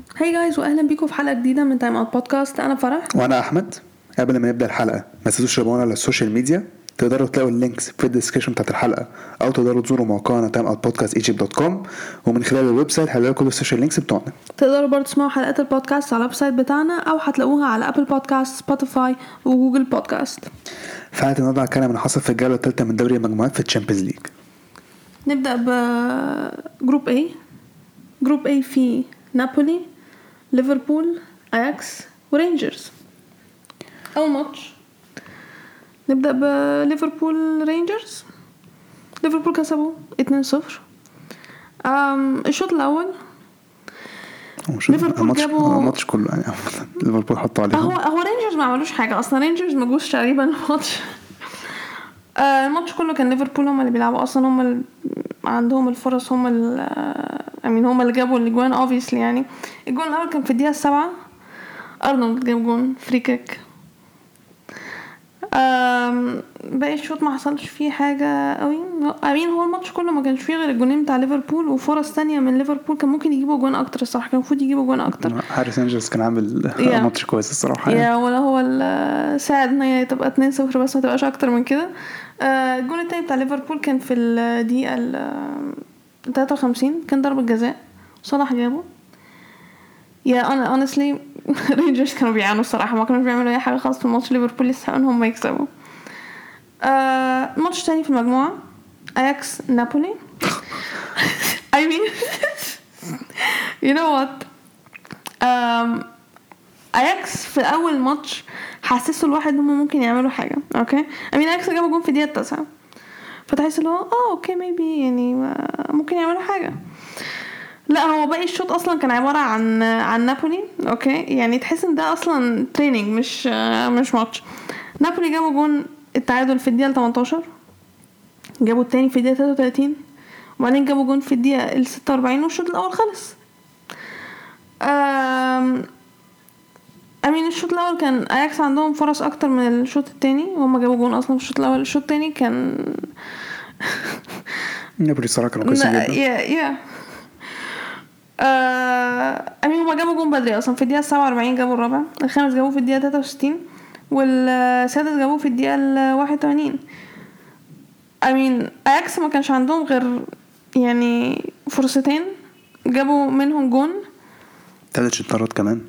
هاي جايز واهلا بيكم في حلقه جديده من تايم اوت بودكاست. انا فرح وانا احمد. قبل ما نبدا الحلقه ما تنسوش تتابعونا على السوشيال ميديا. تقدروا تلاقوا اللينكس في الديسكريبشن بتاعت الحلقه او تقدروا تزوروا موقعنا timeoutpodcastegypt.com ومن خلال الويب سايت هتلاقوا كل السوشيال لينكس بتوعنا. تقدروا برضه تسمعوا حلقات البودكاست على الويب سايت بتاعنا او هتلاقوها على ابل بودكاست سبوتيفاي وجوجل بودكاست. فحلقه النهارده هنتكلم عن حصل في الجوله الثالثه من دوري المجموعات في الشامبيونز ليج. نبدا بجروب A. جروب A فيه نابولي، ليفربول، اياكس ورينجرز. اول ماتش نبدا بليفربول رينجرز. ليفربول كسبوا 2-0. الشوط الاول ليفربول جابوا الماتش كله يعني ليفربول حطوا عليهم. هو رينجرز ما عملوش حاجه اصلا. رينجرز ما جوش تقريبا الماتش. الماتش كله كان ليفربول هم اللي بيلعبوا اصلا، هم اللي عندهم الفرص، هم هم اللي جابوا الاجوان obviously. يعني الجون الاول كان في الدقيقه 7. ارنولد جاب جون فري كيك. باقي الشوط ما حصلش فيه حاجه قوي. هو الماتش كله ما كانش فيه غير الجونين بتاع ليفربول وفرص تانية من ليفربول. كان ممكن يجيبوا جون اكتر الصراحه، كان المفروض يجيبوا جون اكتر. هاريس انجلز كان عامل ماتش كويس الصراحه يعني. ولا هو ساعد ان هي تبقى 2-0 بس ما تبقاش اكتر من كده. الجون التاني بتاع ليفربول كان في الدقيقه 53، كان ضربه جزاء صلاح جابه. انا honestly رينجرز كانوا بيعانوا الصراحه، ما كانوا بيعملوا اي حاجه خالص في الماتش. ليفربول يستحقوا ان هم يكسبوا. الماتش الثاني في المجموعه اياكس نابولي. I mean you know what, اياكس في اول ماتش حسسوا الواحد هم ممكن يعملوا حاجه. اوكي اياكس جابوا جون في الدقيقه 9، فتحس اللي هو اوكي ميبي يعني ممكن يعملوا حاجه. لا هو باقي الشوط اصلا كان عباره عن نابولي. اوكي يعني تحس ان ده اصلا تريننج مش ماتش. نابولي جابوا جون التعادل في الدقيقه 18، جابوا الثاني في الدقيقه 33، وبعدين جابوا جون في الدقيقه 46 والشوط الاول خلص. الشوط الاول كان اياكس عندهم فرص اكتر من الشوط الثاني، وهم جابوا جون اصلا في الشوط الاول. الشوط الثاني كان نابولي صراحه كانوا كويسين جدا. هما جابوا جون بدري اصلا في الدقيقه 47، جابوا الرابع. الخامس جابوه في الدقيقه 63، والسادس جابوه في الدقيقه 81. اياكس ما كانش عندهم غير يعني فرصتين، جابوا منهم جون 3 شوطات كمان.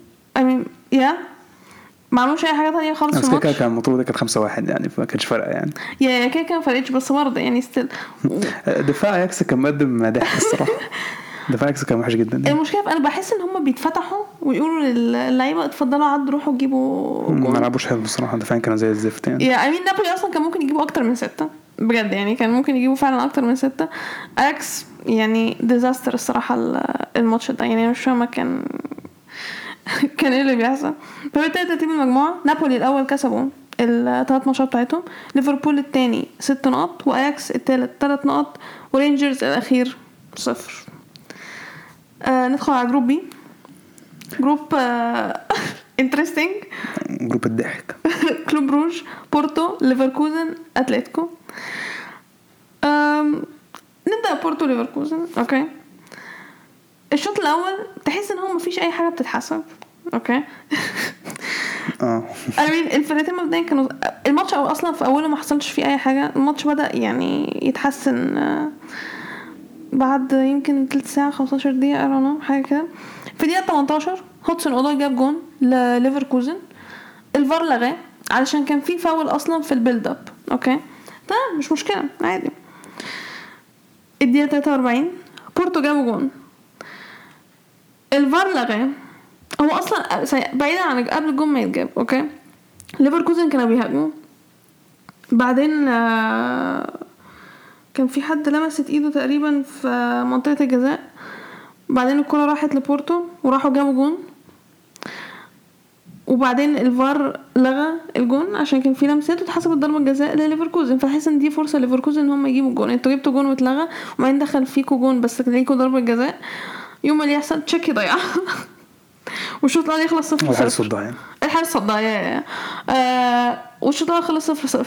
ما عملوش اي حاجه ثانيه خالص في الماتش. كان المطلوب ده كان 5-1 يعني، فما كانش فرقه يعني. كده كان فرقتش بس برضه يعني ستيل. دفاع اياكس كان مقدم ضحك الصراحه. دفاع اياكس كان وحش جدا. المشكله انا بحس ان هم بيتفتحوا ويقولوا للعيبه اتفضلوا عدوا روحوا جيبوا جون. ما لعبوش حلو الصراحه، دفاعين كانوا زي الزفت يعني. نابولي اصلا كان ممكن يجيبوا اكتر من 6 بجد، يعني كان ممكن يجيبوا فعلا اكتر من 6. اياكس يعني ديزاستر الصراحه الماتش ده، يعني مش فاهمه كان ايه اللي بيحصل. فبالتالي ترتيب المجموعه نابولي الاول كسبوا الثلاث ماتشات بتاعتهم، ليفربول الثاني 6 نقط، واياكس الثالث 3 نقط، ورينجرز الاخير 0. ندخل على جروب بي. جروب انترستينج. جروب الضحك. كلوب روج، بورتو، ليفركوزن، اتلتيكو. نبدا بورتو ليفركوزن. اوكي الشوط الاول تحس ان هو مفيش اي حاجه بتتحسب. اوكي الفرقتين مبدئيا كانوا الماتش او اصلا في اوله ما حصلش فيه اي حاجه. الماتش بدا يعني يتحسن بعد يمكن 3 ساعة 15 دقيقة حاجة كده. في دقيقة 18 هودسون أودوي جاب جون لليفركوزن. الفار لغاه علشان كان في فاول أصلا في البيلد اب. اوكي تمام مش مشكلة عادي. الدقيقة 43 بورتو جابوا جون، الفار لغاه. هو أصلا بعيدا عن قبل الجون ما يتجاب. اوكي ليفركوزن كانوا بيهاجموا، بعدين كان في حد لمست ايده تقريبا في منطقة الجزاء، بعدين الكرة راحت لبورتو وراحوا جابوا جون، وبعدين الفار لغى الجون عشان كان في لمسات وتحسب ضربة جزاء لليفركوزن. فحس ان دي فرصة ليفركوزن ان هم يجيبوا جون. انتوا جبتوا جون واتلغى، وبعدين دخل فيكوا جون بس ليكوا ضربة جزاء. يوم اللي يحصل تشيك يضيع والشوط الاول يخلص 0-0. الحارس الضايع والشوط الاول خلص 0-0.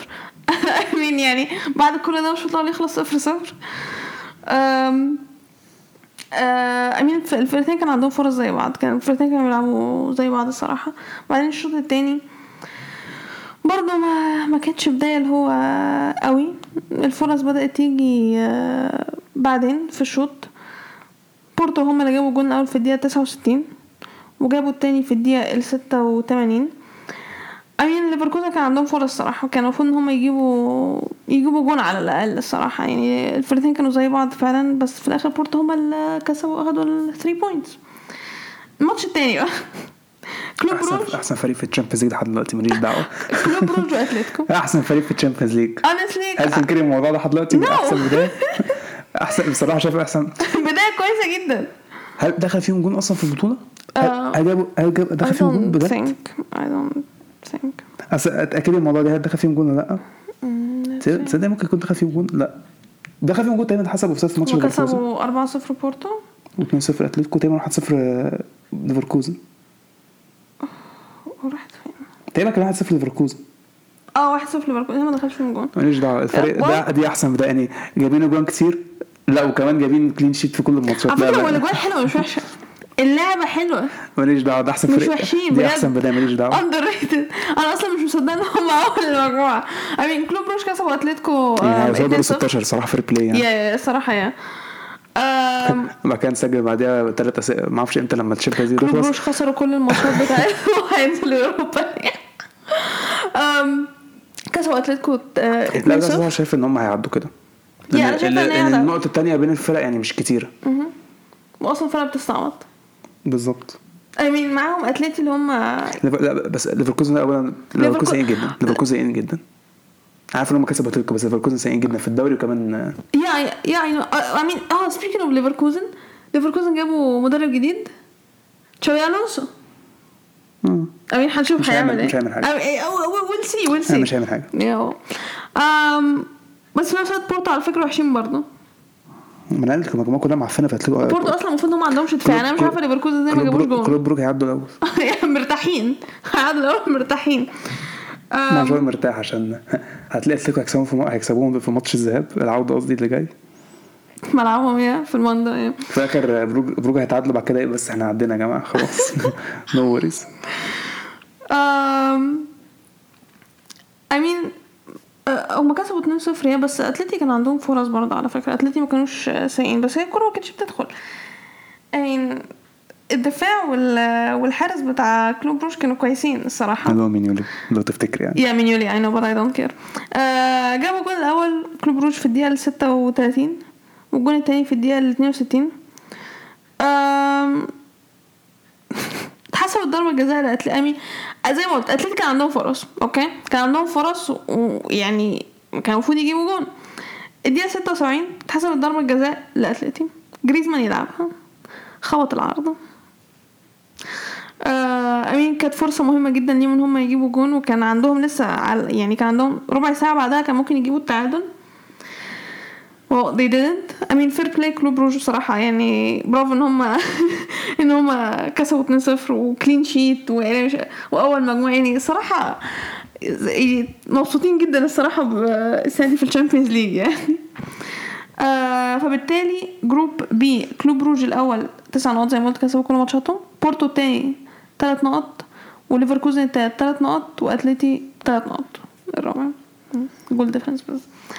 يعني بعد كل ده الشوط الاول يخلص 0-0. امين الفرقتين كان عندهم فرص زي بعض, كان الفرقتين كانوا بيلعبوا زي بعض الصراحه. بعدين الشوط الثاني برضه ما كانتش بدايه اللي هو قوي, الفرص بدات تيجي بعدين في الشوط. بورتو هم اللي جابوا جول الاول في الدقيقه 69 وجابوا الثاني في الدقيقه 86. امين ليفركوزن كان عندهم فرص صراحه, كانوا المفروض ان هم يجيبوا جون على الاقل الصراحه, يعني الفرقتين كانوا زي بعض فعلا, بس في الاخر بورتو هم اللي كسبوا اخدوا ال 3 بوينتس. الماتش الثاني بقى كلوب بروج احسن فريق في الشامبيونز ليج لحد دلوقتي, ماليش دعوه. كلوب بروج واتلتيكو احسن فريق في الشامبيونز ليج. honestly هل تنكري الموضوع ده لحد دلوقتي؟ احسن بدايه, احسن بصراحه, شايف احسن بدايه كويسه جدا. هل دخل فيهم جون اصلا في البطوله؟ هل دخل فيهم جون بجد؟ I don't think اتاكد الموضوع ده, هل دخل فيهم جون ولا لا؟ تصدق ممكن يكون دخل فيهم جون. لا دخل فيهم جون تقريبا, حسب اوفسايد في ماتش ليفركوزن. كسبوا 4-0 بورتو و2-0 اتلتيكو, تقريبا 1-0 ليفركوزن. ورحت فين تقريبا كان 1-0 ليفركوزن. 1-0 ليفركوزن, ما دخلش فيهم جون. ماليش دعوه, الفريق ده دي احسن بدايه, يعني جايبين جوان كتير, لا وكمان جايبين كلين شيت في كل الماتشات. على فكره ولا جوان حلوه مش وحشه, اللعبه حلوه, ماليش دعوه, ده احسن فريق, دي احسن بدايه, ماليش دعوه. اندرريتد. انا اصلا مش مصدق ان هم اول المجموعه. امين كلوب بروج كسبوا اتلتيكو يعني 16 صراحه فريق بلاي يعني. يا صراحه يا ما كان سجل بعدها 3 ما اعرفش امتى لما الشامبيونز ليج كلوب بروج خسروا كل الماتشات بتاعتهم وهينزلوا اوروبا. كسبوا اتلتيكو. لا بس انا شايف ان هم هيعدوا كده, لان النقطه الثانيه بين الفرق يعني مش كتيره, واصلا فرق بتستعوض بالظبط. امين معاهم اتلتي اللي هم لا بس ليفركوزن اولا, ليفركوزن سيئين جدا, ليفركوزن سيئين جدا. عارف ان هم كسبوا اتلتيكو, بس ليفركوزن سيئين جدا في الدوري وكمان يعني امين سبيكينج اوف ليفركوزن جابوا مدرب جديد تشابي الونسو. امين هنشوف هيعمل ايه. مش هيعمل حاجه, ويل سي مش هيعمل حاجه. بس في نفس الوقت بورتو على فكره وحشين برضه. من قال لك المجموعه كلها معفنه في اتلتيكو. بورتو اصلا المفروض انهم ما عندهمش دفاع, انا مش عارفه ليفركوزن ازاي ما جابوش جول. كلوب بروج هيعدوا الاول مرتاحين, هيعدوا الاول مرتاحين. مش مرتاح عشان هتلاقي اتلتيكو هيكسبوهم في ماتش الذهاب, العوده قصدي اللي جاي ملعبهم في الماندا. في اخر بروج هيتعادلوا بعد كده, بس احنا عدينا يا جماعه خلاص. نو وريز. امين هم كسبوا 2-0 بس اتلتي كان عندهم فرص برضه على فكره. اتلتي ما كانوش سيئين, بس هي الكره ما كانتش بتدخل. يعني الدفاع والحارس بتاع كلوب بروج كانوا كويسين الصراحه. لو مينيولي لو تفتكر يعني. يا مينيولي I know but I don't care. جابوا الجول الاول كلوب بروج في الدقيقه 36 والجول الثاني في الدقيقه 62. اتحسبت ضربه جزاء لاتلتي. زي ما قلت اتلتي كان عندهم فرص, اوكي كان عندهم فرص ويعني كان المفروض يجيبوا جون. الدقيقه 76 اتحسبت ضربه جزاء لاتلتي, جريزمان يلعبها خبط العارضه. امين كانت فرصه مهمه جدا ليهم ان هم يجيبوا جون, وكان عندهم لسه يعني كان عندهم ربع ساعه بعدها كان ممكن يجيبوا التعادل. well they didn't. fair play كلوب بروج بصراحه, يعني برافو ان هم كسبوا 2-0 وكلين شيت واول مجموعه, يعني صراحه مبسوطين جدا الصراحه بالسنه دي في الشامبيونز ليج يعني. فبالتالي جروب بي كلوب بروج الاول 9 نقاط زي ما قلت, كسبوا كل ماتشاتهم. بورتو الثاني 3 نقاط, وليفركوزن الثالث 3 نقاط, واتلتي 3 نقاط الرابع جول ديفرنس بس.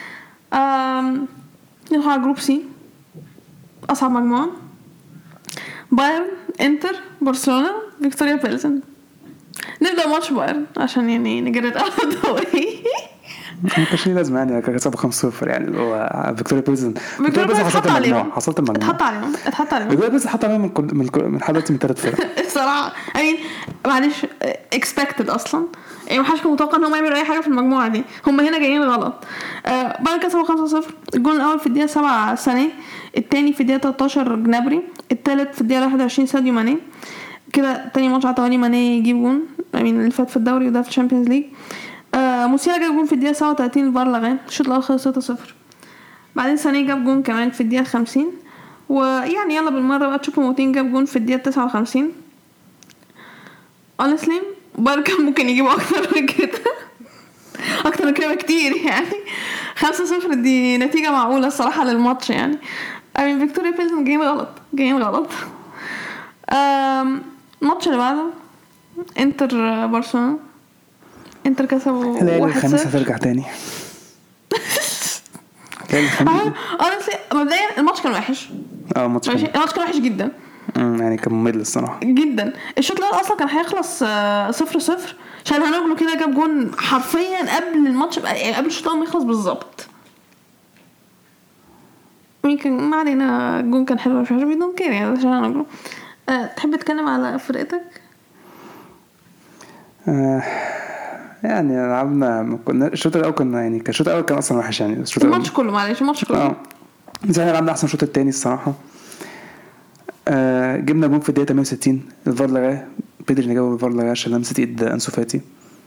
نروح على جروب سي, اصعب مجموعه, بايرن, انتر, برشلونه, فيكتوريا بيلزن. نبدا ماتش بايرن عشان يعني نجرد اول ما كانش لازم, يعني كسبوا 5-0 يعني اللي هو فيكتوريا بيلزن. حصلت المجموعه اتحط عليهم فيكتوريا بيلزن حط عليهم من حدث من 3 فرق الصراحه. معلش expected اصلا, يعني ما حدش كان متوقع ان هم يعملوا اي حاجه في المجموعه دي, هم هنا جايين غلط. بايرن كسبوا 5-0. الجول الاول في الدقيقه 7 ساني, الثاني في الدقيقه 13 جنابري, الثالث في الدقيقه 21 ساديو ماني. كده تاني ماتش على توالي ماني يجيب جون, اللي فات في الدوري وده في الشامبيونز ليج. موسيالا جاب جون في الدقيقه 37 الفار الشوط الاول خلص 6-0. بعدين ساني جاب جون كمان في الدقيقه 50, ويعني يلا بالمره بقى تشوفوا موتين جاب جون في الدقيقه 59. honestly بايرن كان ممكن يجيبوا اكتر من كده اكتر من كده كتير يعني. 5-0 دي نتيجه معقوله الصراحه للماتش يعني. فيكتوريا بيلزن جايين غلط. الماتش اللي بعده انتر برشلونة. انتر كسبوا 1-0. الخميس هترجع تاني. مبدئيا الماتش كان وحش. الماتش كان وحش جدا. يعني كان ممل الصراحه جدا. الشوط الاول اصلا كان هيخلص 0-0. شالهانوغلو كده جاب جون حرفيا قبل الماتش، يعني قبل الشوط الاول ما يخلص بالظبط. يمكن ما علينا، الجون كان حلو مش عارف بدون كده يعني شالهانوغلو. تحب تتكلم على فرقتك؟ يعني لعبنا كنا الشوط الاول كنا يعني الشوط الاول كان اصلا وحش يعني الماتش كله معلش الماتش كله زي لعبنا احسن الشوط الثاني الصراحه. جبنا جون في الدقيقه 68 الفار لغاه، بيدري جاب الفار لغاه عشان لمسه ايد انسو فاتي.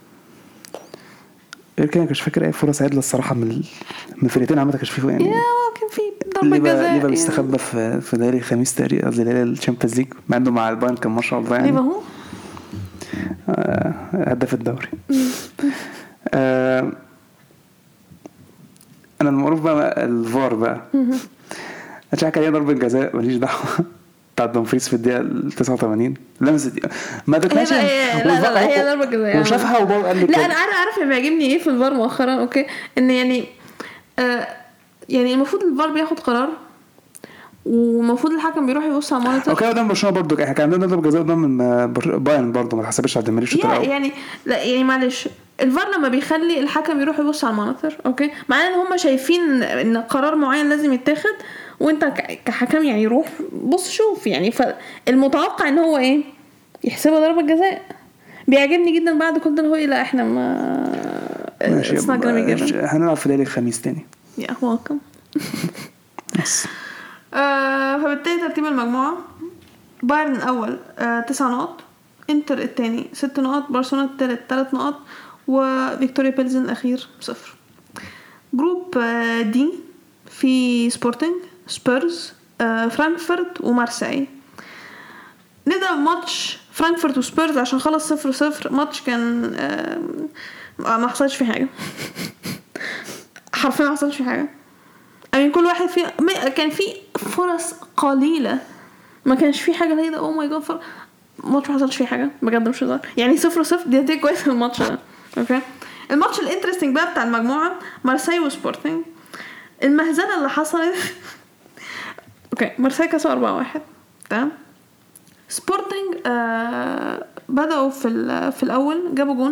كان مش فاكر اي فرص عدله الصراحه من الفرقتين عامه كانش فيه يعني. كان في ضربه جزاء ليفا بيستخبى في دوري الخميس تقريبا قصدي الشامبيونز ليج ما عنده مع البايرن كان ما شاء الله يعني ليفا هو هداف الدوري. انا المعروف بقى الفار بقى عشان كان ضربه جزاء ماليش دعوه بتاع دومفريز في الدقيقه 89 لمسه ما دكناش. لا هي ضربه جزاء وشافها وبقى قال لي لا انا عارف بيعجبني ايه في الفار مؤخرا اوكي ان يعني يعني المفروض الفار بياخد قرار ومفروض الحكم بيروح يبص على المونيتور. اوكي قدام برشلونه برضو كان عندنا ضربه جزاء قدام بايرن برضو ما اتحسبش على ديمبلي الشوط الاول يعني لا يعني معلش الفار لما بيخلي الحكم يروح يبص على المونيتور اوكي معناه ان هم شايفين ان قرار معين لازم يتاخد وانت كحكم يعني روح بص شوف يعني فالمتوقع ان هو ايه يحسبها ضربه جزاء. بيعجبني جدا بعد كل ده هو لا احنا ما هنلعب في ليله الخميس تاني يا welcome. فبالتالي ترتيب المجموعة بايرن الأول 9 نقط، انتر الثاني 6 نقط، برشلونة الثالث 3 نقط، وفيكتوريا بيلزن الأخير 0. جروب دي في سبورتنج سبيرز فرانكفورت ومارساي. نبدأ بماتش فرانكفورت وسبيرز عشان خلص 0-0. ماتش كان ما حصلش فيه حاجة حرفيا ما حصلش فيه حاجة. يعني كل واحد فيه كان فيه فرص قليلة ما كانش فيه حاجة هيدا او ماي جاد الماتش ما حصلش فيه حاجة بجد مش هزار يعني 0-0 دي نتيجة كويسة الماتش ده. اوكي الماتش الانترستينج بقى بتاع المجموعة مارساي وسبورتنج. المهزلة اللي حصلت اوكي مارساي كسبوا 4-1 تمام. سبورتنج بدأوا في الأول جابوا جون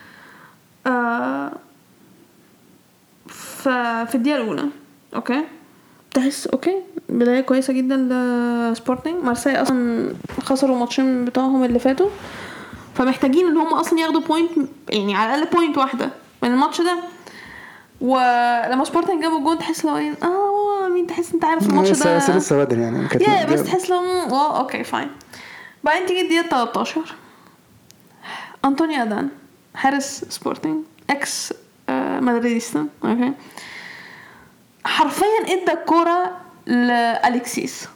في الدقيقة الأولى اوكي تحس اوكي بدايه كويسه جدا لسبورتنج. مارساي اصلا خسروا ماتشين بتوعهم اللي فاتوا فمحتاجين ان هم اصلا ياخدوا بوينت يعني على الاقل بوينت واحده من الماتش ده. ولما سبورتنج جابوا جون تحس لو ايه مين تحس انت عارف الماتش ده لسه بدري يعني بس تحس لو اوكي فاين. بعدين تيجي الدقيقه 13 انطونيو ادان حارس سبورتنج اكس مدريديستا اوكي حرفيا ادى الكرة لأليكسيس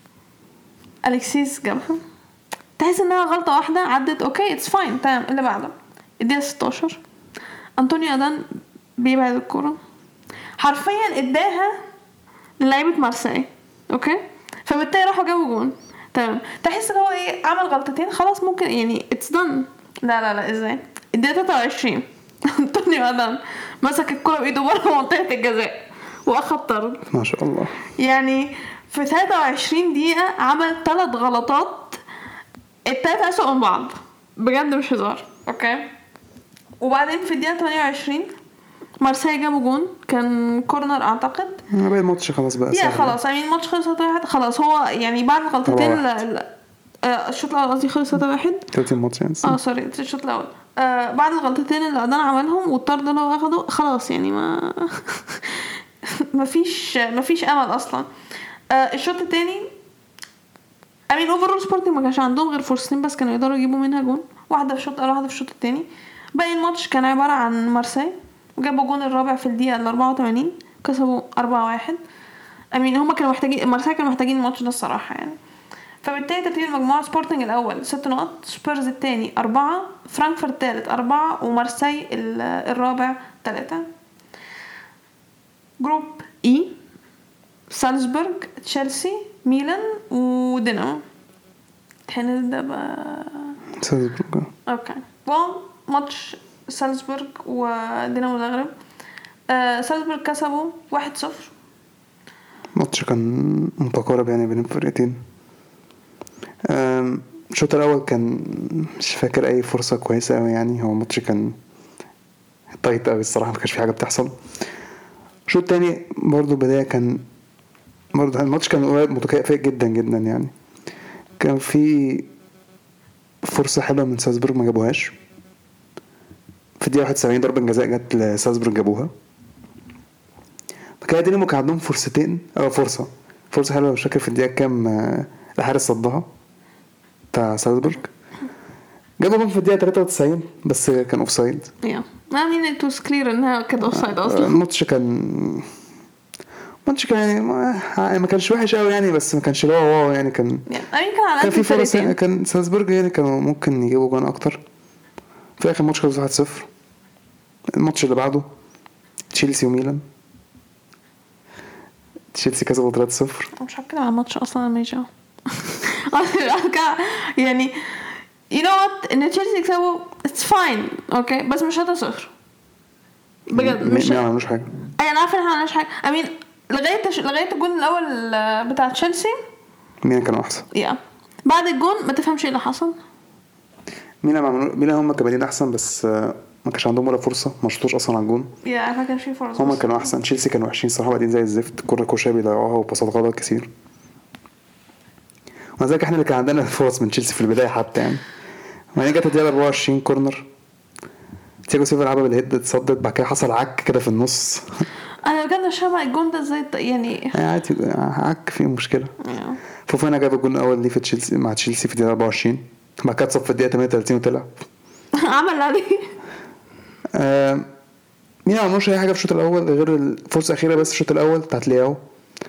جابها تحس انها غلطة واحدة عدت اوكي اتس فاين تمام. اللي بعده الدقيقة 16 انطونيو ادان بيبعد الكرة حرفيا اداها للاعيبة مارساي اوكي فبالتالي راحوا جابوا جون تمام. تحس ان هو ايه عمل غلطتين خلاص ممكن يعني اتس دن. لا ازاي الدقيقة 23 انطونيو ادان مسك الكرة بايده بره منطقة الجزاء واخد طرد ما شاء الله. يعني في 23 دقيقة عمل 3 غلطات التلاتة أسوأ من بعض بجد مش هزار اوكي. وبعدين في الدقيقة 28 مارساي جابوا جون كان كورنر اعتقد بقى الماتش خلاص بقى خلاص يعني الماتش خلص 3-1 خلاص. هو يعني بعد غلطتين الشوط الاول قصدي خلص 3-1 الماتش يعني سوري الشوط الاول بعد الغلطتين اللي أدان عملهم والطرد اللي هو اخده خلاص يعني ما فيش امل اصلا. الشوط الثاني امين اوفرول سبورتنج ما كانش عندهم غير فرصتين بس كانوا يقدروا يجيبوا منها جون واحده في الشوط الاول واحده في الشوط الثاني. باقي الماتش كان عباره عن مارساي وجابوا جون الرابع في الدقيقه 84 كسبوا 4-1. امين هما كانوا محتاجين مارساي كانوا محتاجين الماتش ده الصراحه يعني. فبالتالي ترتيب المجموعه سبورتنج الاول 6 نقط سبيرز الثاني 4 فرانكفورت الثالث 4 ومارساي الرابع 3. جروب اي سالزبورغ، تشيلسي، ميلان ودينامو. هنبدأ بقى سالزبورغ. اوكي. ماتش سالزبورغ ودينامو زغرب. سالزبورغ كسبوا 1-0. ماتش كان متقارب يعني بين الفرقتين. الشوط الاول كان مش فاكر اي فرصه كويسه قوي يعني. هو الماتش كان طايت قوي الصراحه، ما كانش في حاجه بتحصل. الشوط الثاني برضو بدايه كان برضو الماتش كان قريب متكافئ جدا جدا يعني. كان في فرصه حلوه من سالزبورغ ما جابوهاش. في الدقيقه 71 ضربه جزاء جت لسالزبورغ جابوها. كده دينامو كان عندهم فرصتين او فرصه حلوه مش فاكر في الدقيقه كام. الحارس صدها بتاع سالزبورغ. جابوا جون في الدقيقه 93 بس كان اوفسايد. I mean it was clear انها كانت اوفسايد اصلا. الماتش كان يعني ما كانش وحش قوي يعني، بس ما كانش واو يعني. كان كان في فرص كان سالزبورغ يعني كانوا ممكن يجيبوا جون اكتر. في اخر ماتش خلص 1-0. الماتش اللي بعده تشيلسي وميلان. تشيلسي كسبوا 3-0. مش هتكلم عن الماتش اصلا لما يجي يعني you know what ان تشيلسي كسبوا it's fine اوكي بس مش 3-0 بجد. مش حاجه. انا عارفه ان احنا مش حاجه. I mean لغايه الجون الاول بتاع تشيلسي مين كانوا احسن. بعد الجون ما تفهمش ايه اللي حصل. مين هم كبالين احسن بس ما كانش عندهم ولا فرصه، ما شطوش اصلا على الجون. ما كانش في فرصه. هم كانوا احسن. تشيلسي كانوا وحشين صراحه، بعدين زي الزفت كره كوشا بيضيعوها وباصات غلط كتير. وذلك احنا اللي كان عندنا فرص من تشيلسي في البدايه حتى يعني. وبعدين جت الدقيقه 24 كورنر تياجو سيلفا لعبها بالهيد اتصدت، بعد كده حصل عك كده في النص. انا بجد مش فاهمه الجون ده ازاي يعني. عادي عك فيه مشكله. فوفانا جاب الجون الاول ليه في تشيلسي مع تشيلسي في الدقيقه 24. بعد كده اتصاب في الدقيقه 38 وطلع. عمل عليه. مين عملوش اي حاجه في الشوط الاول غير الفرصه الاخيره بس. الشوط الاول بتاعت لياو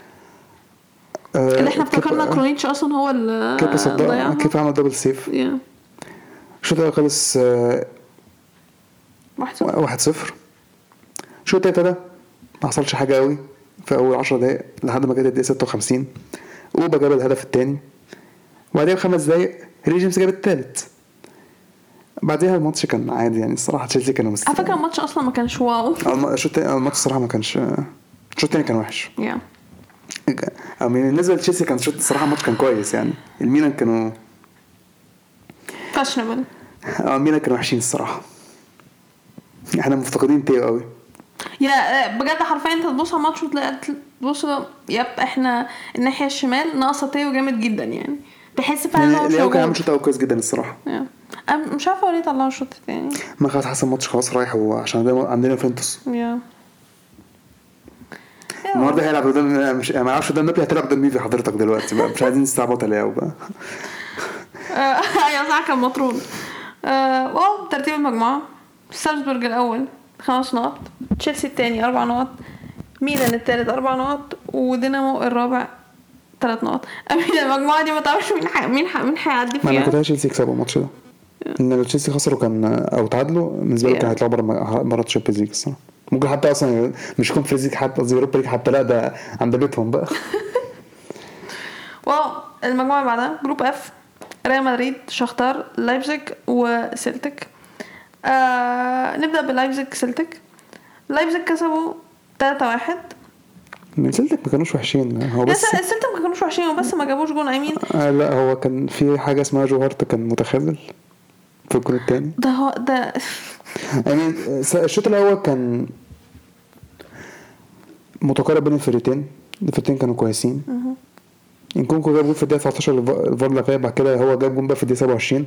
اللي احنا افتكرنا كرونيتش اصلا هو اللي كيف صدق كيف عمل دبل سيف. الشوط الاول خلص 1-0. الشوط الثاني ما حصلش حاجه قوي في اول 10 دقايق لحد ما جت الدقيقه 56 اوبا جاب الهدف الثاني. وبعدها ب5 دقايق ريجيمس جاب الثالث. بعدها الماتش كان عادي يعني الصراحه. تشيلسي كانوا على فكره الماتش اصلا ما كانش واو. الماتش الصراحه ما كانش. الشوط الثاني كان وحش. بالنسبه لتشيلسي كان الشوط الصراحه الماتش كان كويس يعني. الميلان كانوا فاشنبل. الميلان كانوا وحشين الصراحه. احنا مفتقدين تيو قوي. بجد حرفيا انت تبص على الماتش وتلاقي تبص احنا الناحيه الشمال ناقصه تيو جامد جدا يعني. تحس فعلا يعني هو كان عامل شوط كويس جدا الصراحه. انا مش عارفه ليه طلعوا الشوط الثاني. ما خلاص حسن الماتش خلاص رايح هو عشان عندنا فينتوس. النهارده هيلعب قدام مش ما اعرفش قدام نابولي هتلعب قدام مين في حضرتك دلوقتي بقى. مش عايزين نستعبط عليه بقى. ايوه صح كان مطرود. ترتيب المجموعه سالزبورغ الاول 5 نقط، تشيلسي الثاني 4 نقط، ميلان الثالث 4 نقط، ودينامو الرابع 3 نقط. المجموعه دي ما تعرفش مين هيعدي فيها. ما انا كنت عايز تشيلسي يكسبوا الماتش ده ان لو تشيلسي خسروا كان او تعادلوا بالنسبه لي كان هيطلعوا بره تشامبيونز ليج الصراحه. ممكن حتى اصلا مش كونفرنس ليج حتى يوروبا ليج حتى لا ده عند بيتهم بقى. المجموعه بعدها جروب اف ريال مدريد شختار لايبزيج وسيلتيك. نبدا بلايبزيج سيلتيك. لايبزيج كسبوا 3-1. من سيلتيك ما كانوش وحشين هو بس سيلتيك ما كانوش وحشين بس ما جابوش جون امين. لا هو كان في حاجه اسمها جوهرت كان متخاذل في الجول الثاني ده يعني. الشوط الاول كان متقارب بين الفريقين كانوا كويسين. يمكن جاب جول في الدقيقه 19 الفار لغايه بعد كده هو جاب جول بقى في الدقيقه 27.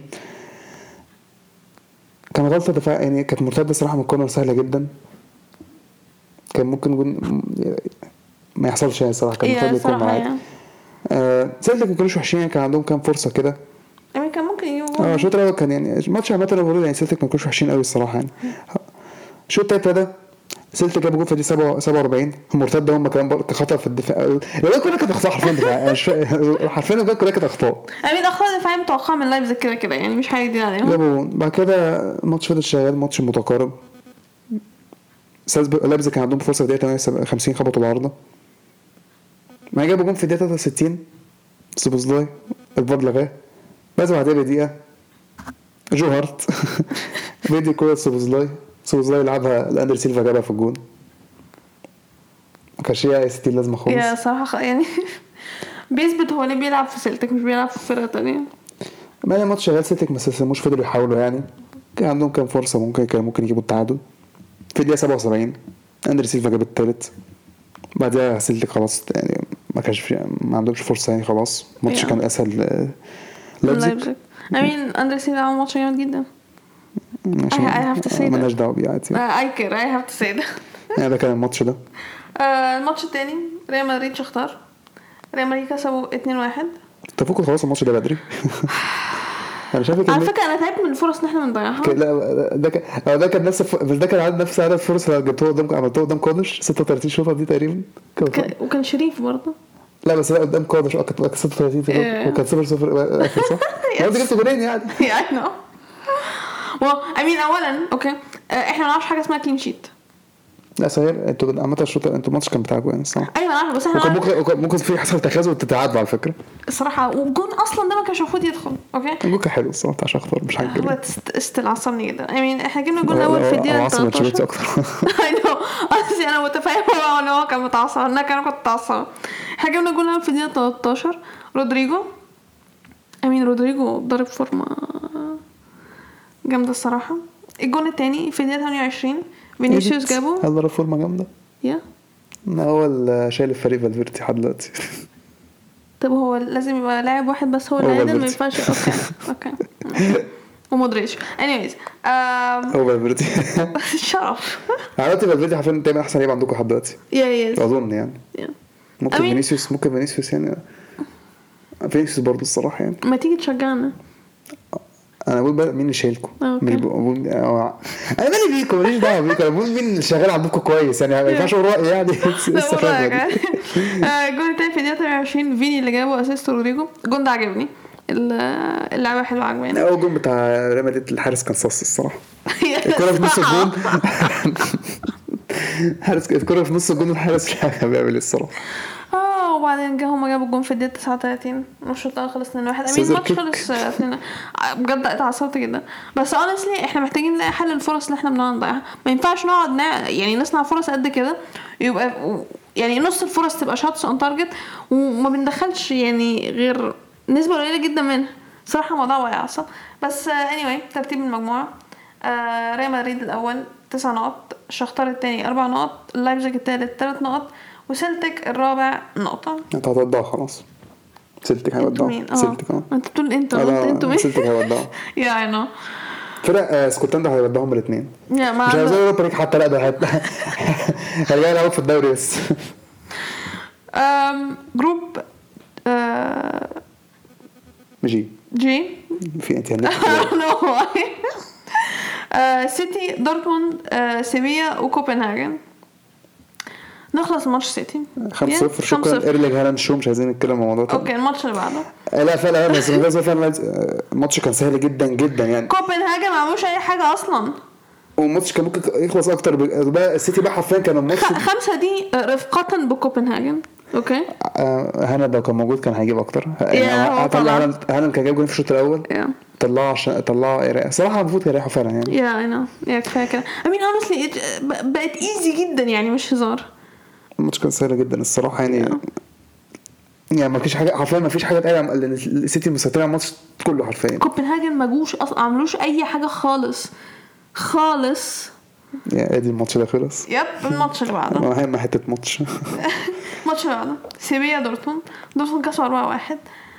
كان غلطه دفاع يعني كانت مرتده صراحه من كورنر سهله جدا. كان ممكن جول ما يحصلش يعني صراحه. كان مرتده يكون عادي. سيلتيك ما كانوش وحشين كان عندهم كام فرصه كده يعني كان ممكن يجيبوا الشوط الاول كان يعني ماتش عامه بقول يعني سيلتيك ما كانوش وحشين قوي الصراحه يعني. الشوط الثالث ده سيلتيك جاب جول في دي 47 مرتده هم كان خطا في الدفاع. الجول كلها كانت اخطاء حرفيا دفاع حرفيا الجول كلها كانت اخطاء. اخطاء دفاعيه متوقعه من لايبزيج كده يعني مش حاجه جديده عليهم. جابوا بعد كده الماتش فضل شغال ماتش متقارب. لايبزيج كان عندهم فرصه في الدقيقه 58 خبطوا العارضه ما جابوا جون في الدقيقه 63 سوبوزلاي الفار لغاه بس بعدها بدقيقه جو هارت بيدي كوره سوبوزلاي لعبها لاندر سيلفا جابها في الجون. ما كانش ليها ستيل لازمه خالص يا صراحه يعني بيثبت هو ليه بيلعب في سيلتك مش بيلعب في فرقه تانية. ما هي ماتش شغال سيلتك بس مش فضلوا يحاولوا يعني. كان عندهم كام فرصه ممكن يجيبوا التعادل في الدقيقه 77 اندر سيلفا جاب الثالث. بعدها سيلتك خلاص يعني ما عندهمش فرصه يعني خلاص الماتش كان اسهل لايبزيج. اندر سيلفا عمل ماتش جامد جدا. I have to say that. مالناش دعوه بيه عادي. I have to say that. يعني ده كان الماتش ده. الماتش التاني ريال مدريد شختار. ريال مدريد كسبوا 2-1. اتفقوا خلاص الماتش ده بدري. انا شايف على فكره انا تعبت من الفرص اللي احنا بنضيعها. لا ده كان نفس عدد فرص اللي جبتوه قدام عملتوه قدام كودش 36 شوطه دي تقريبا وكان شريف برضه. لا بس لا قدام كودش كانت 36 وكان 0-0 اخر صح. انت جبت جولين يعني. I know. اولا اوكي احنا ما نعرفش حاجه اسمها كلين شيت. لا سهير انتوا عامه الشوط انتوا الماتش كان بتاعكم يعني صح. ايوه انا عارفه بس احنا ممكن في حصل تخاذل وتتعادلوا على فكره الصراحه. والجون اصلا ده ما كانش المفروض يدخل. اوكي الجون كان حلو الصراحه عشان اختار مش حاجه هو عصبني جدا. احنا جبنا الجون الاول في الدقيقه 13 اكتر. قصدي انا متفاهمه ان هو كان متعصب انا كنت متعصب. احنا جبنا الجون الاول في الدقيقه 13 رودريجو ضرب فورمه جامده الصراحه. الجون الثاني في الدقيقه 28 فينيسيوس جابه. هل ضرب فورمه جامده هو شايل الفريق فالفيردي لحد دلوقتي. طب هو لازم يبقى لاعب واحد بس هو اللي عادل ما ينفعش. اوكي ومودريتش anyways هو فالفيردي شرف عرفت فالفيردي حرفيا تاني احسن لعيب عندكم لحد دلوقتي اظن يعني. ممكن فينيسيوس يعني فينيسيوس برضه الصراحه يعني. ما تيجي تشجعنا. انا بقول مين اللي شايلكم انا مالي بيكم ماليش دعوه بيكم. انا بقول مين اللي شغال عندكم كويس يعني ما ينفعش رايي يعني. الجون الثاني في الدقيقه 28 فيني اللي جابه اسيست رودريجو. الجون ده عجبني اللعبه حلوه عجباني. اول جون بتاع ريال مدريد الحارس كان صاص الصراحه. الكره في نص الجون الكره في نص الجون الحارس كان بيعمل الصراحه. وبعدين هما جابوا الجون في الدقيقه 39 والشوط خلص 2-1. الماتش خلص بجد اتعصبت جدا. بس honestly احنا محتاجين نلاقي حل الفرص اللي احنا بنضيعها. ما ينفعش نقعد يعني نصنع فرص قد كده يبقى يعني نص الفرص تبقى شوتس اون تارجت وما بندخلش يعني غير نسبه قليله جدا منها. صراحه الموضوع يعصب. بس anyway ترتيب المجموعه ريال مدريد الاول 9 نقط. شختار الثاني 4 نقط. لايبزيج الثالث 3 نقط. وسلتك الرابع نقطة. انت هتودعوا خلاص. سلتك هيودعوا. سلتك انت بتقول انتوا مين؟ سلتك هيودعوا. يا انا فرق اسكتلندا هيودعهم الاثنين. مش عايز اقول حتى لا ده هيرجع يلعبوا في الدوري بس. جروب جي في انت سيتي دورتموند سيفيا وكوبنهاجن. نخلص ماتش سيتي 5-0. شكرا ايرلينج هالاند شو مش عايزين نتكلم عن الموضوع ده. اوكي الماتش اللي بعده لا فعلا بس الماتش كان سهل جدا جدا يعني. كوبنهاجن ما عملوش اي حاجه اصلا والماتش كان ممكن يخلص اكتر بقى السيتي بقى حرفيا كان الماتش 5 دي رفقه بكوبنهاجن. اوكي هالاند لو كان موجود كان هيجيب اكتر يعني. طلع هالاند كان جايب جول في الشوط الاول طلع صراحه المفروض كان يريحوا فعلا يعني. انا كفايه كده. honestly بقت ايزي جدا يعني مش هزار. الماتش كان سهل جدا الصراحه يعني. يعني ما فيش حاجه حرفيا ما فيش حاجه اتقال لان السيتي مسيطره على الماتش كله حرفيا. كوبنهاجن ما جوش اصلا عملوش اي حاجه خالص يا ادي الماتش ده خلص. الماتش اللي بعده اهم حته ماتش الماتش اللي بعده سيفيا دورتموند كسبوا 4-1.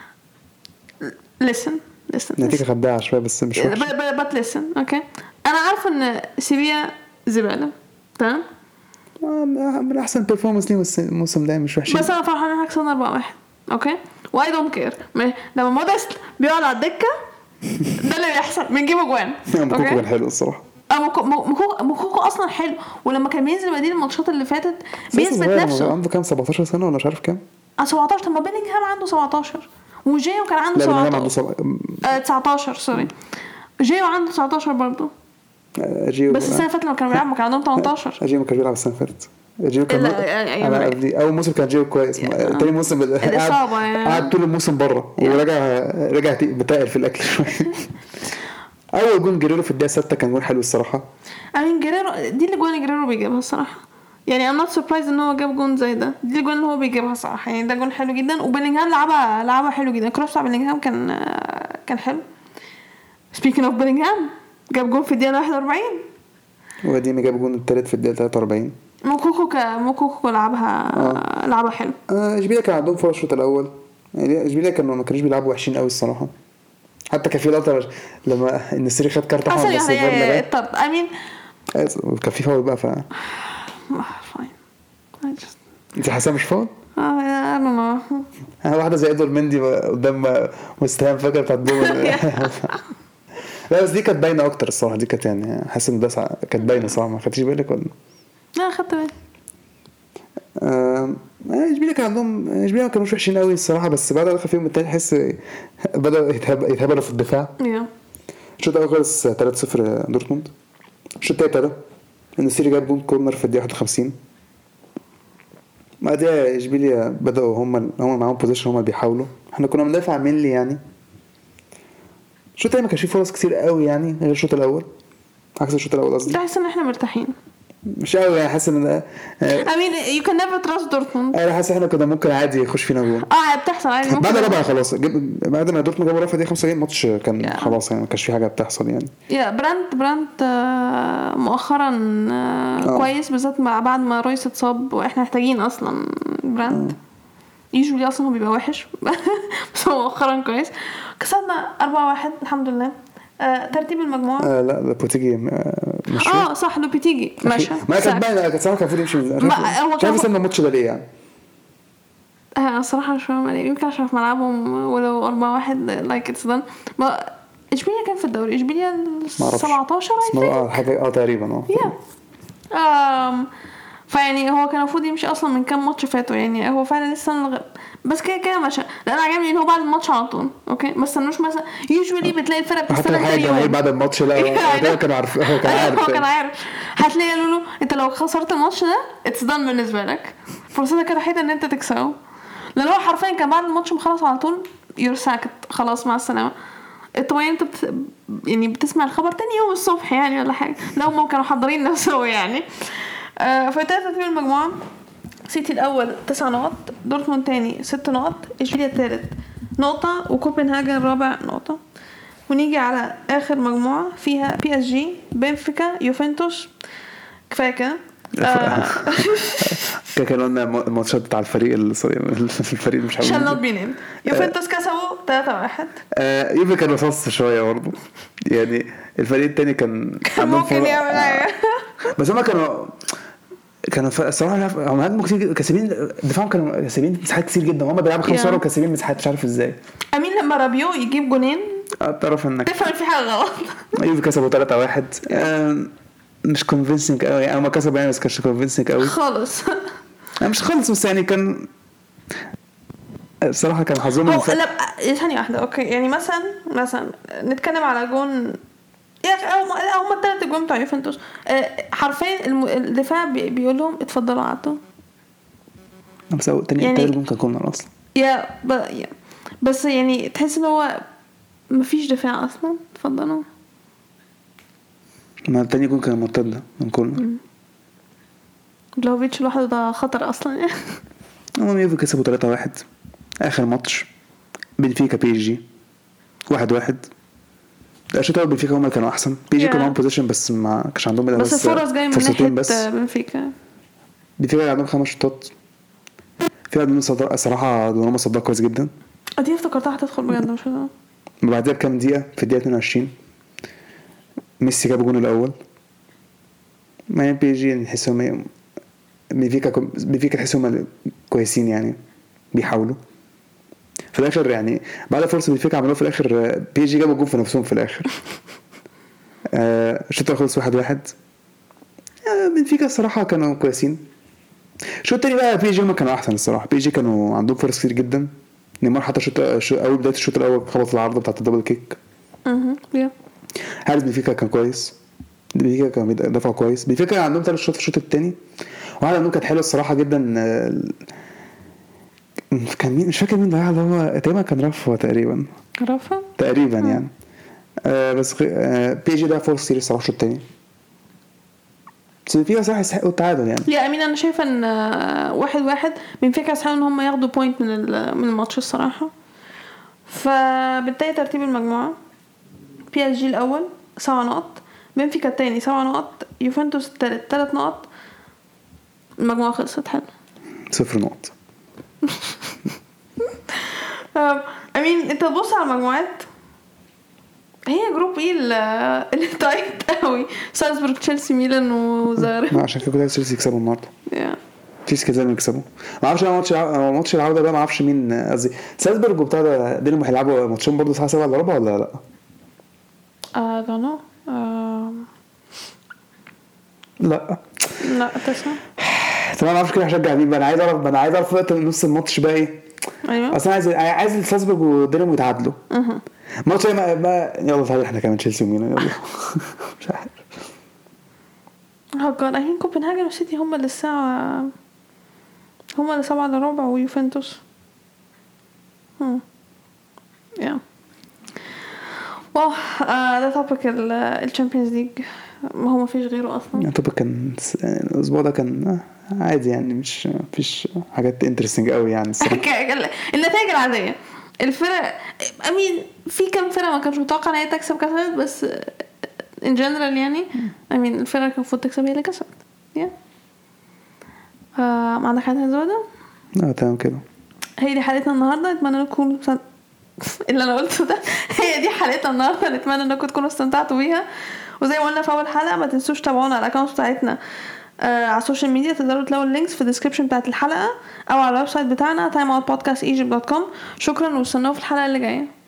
لسن نتيجه خداعه شويه بس مش وحش. لسن اوكي انا عارفه ان سيفيا زباله تمام. من احسن بيرفورمانس ليه الموسم ده مش وحش. بس انا فرحان ان كسبنا 4-1 اوكي. واي دونت كير لما مودست بيقعد على الدكه ده اللي بيحصل بنجيب اجوان. مكوكو كان حلو الصراحه. مكوكو اصلا حلو. ولما كان بينزل بديل الماتشات اللي فاتت بيثبت نفسه. عنده كام 17 سنه ولا مش عارف كام 17. طب ما بيلينغهام عنده 17 وجيو كان عنده 17 19 سوري. جيو عنده 19 برضه. بس السنه اللي فاتت لما كانوا بيلعبوا كان عندهم 18. جيو ما كان بيلعب السنه اللي فاتت. جيو كان انا اول موسم كان جيو كويس. تاني موسم الاصابه يعني قعد طول الموسم بره ورجع بتقل في الاكل شويه. اول جون جريرو في الدقيقه 6 كان جون حلو الصراحه. امين جريرو دي اللي جون جريرو بيجيبها الصراحه يعني I'm not surprised ان هو جاب جون زي ده. دي الجون اللي هو بيجيبها صراحه يعني ده جون حلو جدا. وبيلينغهام لعبها حلو جدا. الكروس بتاع بيلينغهام كان حلو. speaking of بيلينغهام جاب جون في الدقيقه 41 وديمي جاب جون الثالث في الدقيقه 43. موكوكو لعبها حلو. اشبيليه كان عندهم فرص الشوط الاول يعني. اشبيليه ما كانوش بيلعبوا وحشين قوي الصراحه. حتى كان في لقطه لما النسيري خد كارت احمر بس طب امين كان في فاول بقى انت حاسه مش فاول؟ انا واحده زي ادوار مندي قدام مستهان فاكر بتاع الدوم. لا بس دي كانت باينه اكتر الصراحه. دي كانت يعني حاسس ان ده كانت باينه صراحه. ما خدتيش بالك ولا؟ لا خدت بالي. اشبيليه كان عندهم اشبيليه ما كانوش وحشين قوي الصراحه. بس بعد دخل فيهم التاني تحس بدا يتهبلوا في الدفاع. الشوط الاول خلص 3-0 دورتموند. الشوط الثاني النسيري جاب جون كورنر في الدقيقه 51. بعدها اشبيليه بداوا هم معاهم بوزيشن. هم بيحاولوا. احنا كنا بندافع مينلي يعني. الشوط الثاني ما كانش فيه فرص كتير قوي يعني غير الشوط الاول. عكس الشوط الاول قصدي. تحس ان احنا مرتاحين مش قوي يعني. حاسس ان I mean you can never trust دورتموند. انا حاسس احنا كنا ممكن عادي يخش فينا جول. بتحصل عادي. بعد ربع خلاص بعد ما دورتموند جابوا رفع دي 5 الماتش كان خلاص يعني. ما كانش في حاجه بتحصل يعني. برانت مؤخرا كويس بالذات بعد ما رويس اتصاب. واحنا محتاجين اصلا برانت. يجولي اصلا هو بيبقى وحش بس هو مؤخرا كويس. كسبنا 4-1 الحمد لله. ترتيب المجموعه لا بوتيجي مش صح لوبيتيجي ماشي. ما كانت باينه. كانت سامع كان المفروض يمشي. هو كان بيسمى الماتش ده ليه يعني؟ الصراحه مش فاهمه ليه. يمكن عشان في ملعبهم ولو 4-1 لايك اتس دان. اشبيليه كان في الدوري اشبيليه 17 حاجه تقريبا فيعني هو كان المفروض يمشي اصلا من كام ماتش فاتوا يعني. هو فعلا لسه بس كده ماشي. لان انا عجبني ان هو بعد الماتش على طول اوكي. ما استنوش مثلا يوجوالي بتلاقي الفرق بتستنى تاني يوم بعد الماتش. لا هو كان عارف. هو كان عارف. هتلاقي له انت لو خسرت الماتش ده اتس دان بالنسبه لك. فرصتك الوحيده ان انت تكسبه. لان هو حرفيا كان بعد الماتش مخلص على طول يور ساكت خلاص مع السلامه. طبعا انت يعني بتسمع الخبر تاني يوم الصبح يعني ولا حاجه. لو هم كانوا محضرين نفسهم يعني. فتالت في المجموعة سيتي الأول 9 نقط. دورتموند تاني 6 نقط. إشبيلية الثالث نقطة. وكوبنهاجن رابع نقطة. ونيجي على آخر مجموعة فيها PSG بنفيكا يوفنتوس. كفاية كده. كانوا لنا الماتشات بتاع الفريق الفريق مش عارف شال بينين. يوفنتوس كسبوا 3-1. يبقى كانوا صص شوية برضه يعني. الفريق التاني كان ممكن يعمل حاجة. بس هما كانوا الصراحه هم هاجموا كتير. كاسبين دفاعهم كانوا كاسبين مساحات كتير جدا. هم بيلعبوا 5 ورا وكاسبين مساحات مش عارف ازاي. امين لما رابيو يجيب جونين تعرف انك تفهم في حاجه غلط. ايوه كسبوا 3-1. مش كونفينسينج قوي يعني. ما كسبوا يعني بس كانش كونفينسينج قوي خالص. مش خالص بس يعني كان الصراحه كان حظهم. لا ثانيه واحده اوكي يعني مثلا نتكلم على جون هم الثلاث جون بتوع يوفنتوس. حرفيا الدفاع بيقول لهم اتفضلوا عطوا. بس تاني يعني جون كان كورنر اصلا بس يعني تحس ان هو مفيش دفاع اصلا. اتفضلوا. ما التاني جون كان مرتده من كورنر. بلوفيتش لوحده ده خطر اصلا يعني. هم يوفي كسبوا 3-1 اخر ماتش. بنفيكا PSG 1-1. الشوط الاول بنفيكا هم كانوا احسن. PSG كانوا معاهم بوزيشن بس ما كانش عندهم بس الفرص جايه من ناحيه بنفيكا عندهم 5 شوطات. في واحد منهم صراحه دوناروما صدها كويس جدا. دي افتكرتها هتدخل بجد مش كده. بعدها بكام دقيقه في الدقيقه 22 ميسي جاب الجون الاول. ما PSG نحسهم بنفيكا تحسهم كويسين يعني بيحاولوا في الاخر يعني. بعد فرصه بنفيكا عملوها في الاخر PSG جابوا الجون في نفسهم في الاخر. الشوط خلص 1-1. بنفيكا الصراحه كانوا كويسين. الشوط الثاني بقى PSG هم كانوا احسن الصراحه. PSG كانوا عندهم فرص كتير جدا. نيمار حتى اول بدايه الشوط الاول خبط العارضه بتاعه الدبل كيك. حارس بنفيكا كان كويس. بنفيكا كان بيدافع كويس. بنفيكا عندهم 3 شوط في الشوط الثاني واحده منهم كانت حلوه الصراحه جدا. كان مين مش فاكر مين ضيعها اللي هو تقريبا كان رفا تقريبا يعني. بس بي جي ده فور سيريس صراحه الشوط الثاني بس فيها صراحه يستحقوا التعادل يعني. يا امين انا شايفه ان 1-1 من فكره يستحقوا ان هم ياخدوا بوينت من الماتش الصراحه. فبالتالي ترتيب المجموعه بي اس جي الاول 7 نقط, بنفيكا الثاني 7 نقط, يوفنتوس الثالث 3 نقط. المجموعه خلصت حلو 0 نقط. امين انت تبص على المجموعات هي جروب ايه اللي تايت قوي, سالزبورغ تشيلسي ميلان وزاري. عشان كده تشيلسي يكسبوا النهارده. تشيلسي كده لازم يكسبوا. ما اعرفش ماتش العوده ده ما اعرفش مين قصدي سالزبورغ وبتاع ده دينامو هيلعبوا ماتشين برضه الساعه 7 الا ربع ولا لا؟ don't know. لا تسمع. طب انا ما اعرفش كده هشجع مين بقى. انا عايز اعرف وقت نص الماتش بقى ايه. ايوه اصلا عايز سالزبورغ ودينامو يتعادلوا. ماتش ما يلا تعالى احنا كمان تشيلسي ومين يلا. مش عارف. هاجر اهين كوبنهاجن وسيتي هم اللي الساعه هم اللي 7 الا ربع ويوفنتوس. يا ده توبيك الشامبيونز ليج ما هو ما فيش غيره اصلا. التوبيك كان الاسبوع ده كان عادي يعني مش فيش حاجات انترستنج قوي يعني النتائج العاديه الفرق امين في كم فرقه ما كانش متوقع ان هي تكسب كسبت بس ان جنرال يعني امين الفرقه كان المفروض تكسب هي اللي كسبت. ما عندك حاجه تزودها؟ تمام كده. هي دي حلقتنا النهارده. اتمنى انكم اللي انا قلته ده هي دي حلقتنا النهارده. نتمنى انكم تكونوا استمتعتوا بيها, وزي ما قلنا في اول حلقه ما تنسوش تابعونا على الاكونت بتاعتنا على السوشيال ميديا. تقدروا تلاقوا اللينكس في الديسكريبشن بتاعت الحلقه او على الويب سايت بتاعنا timeoutpodcastegypt.com. شكرا واستنونا في الحلقه اللي جايه.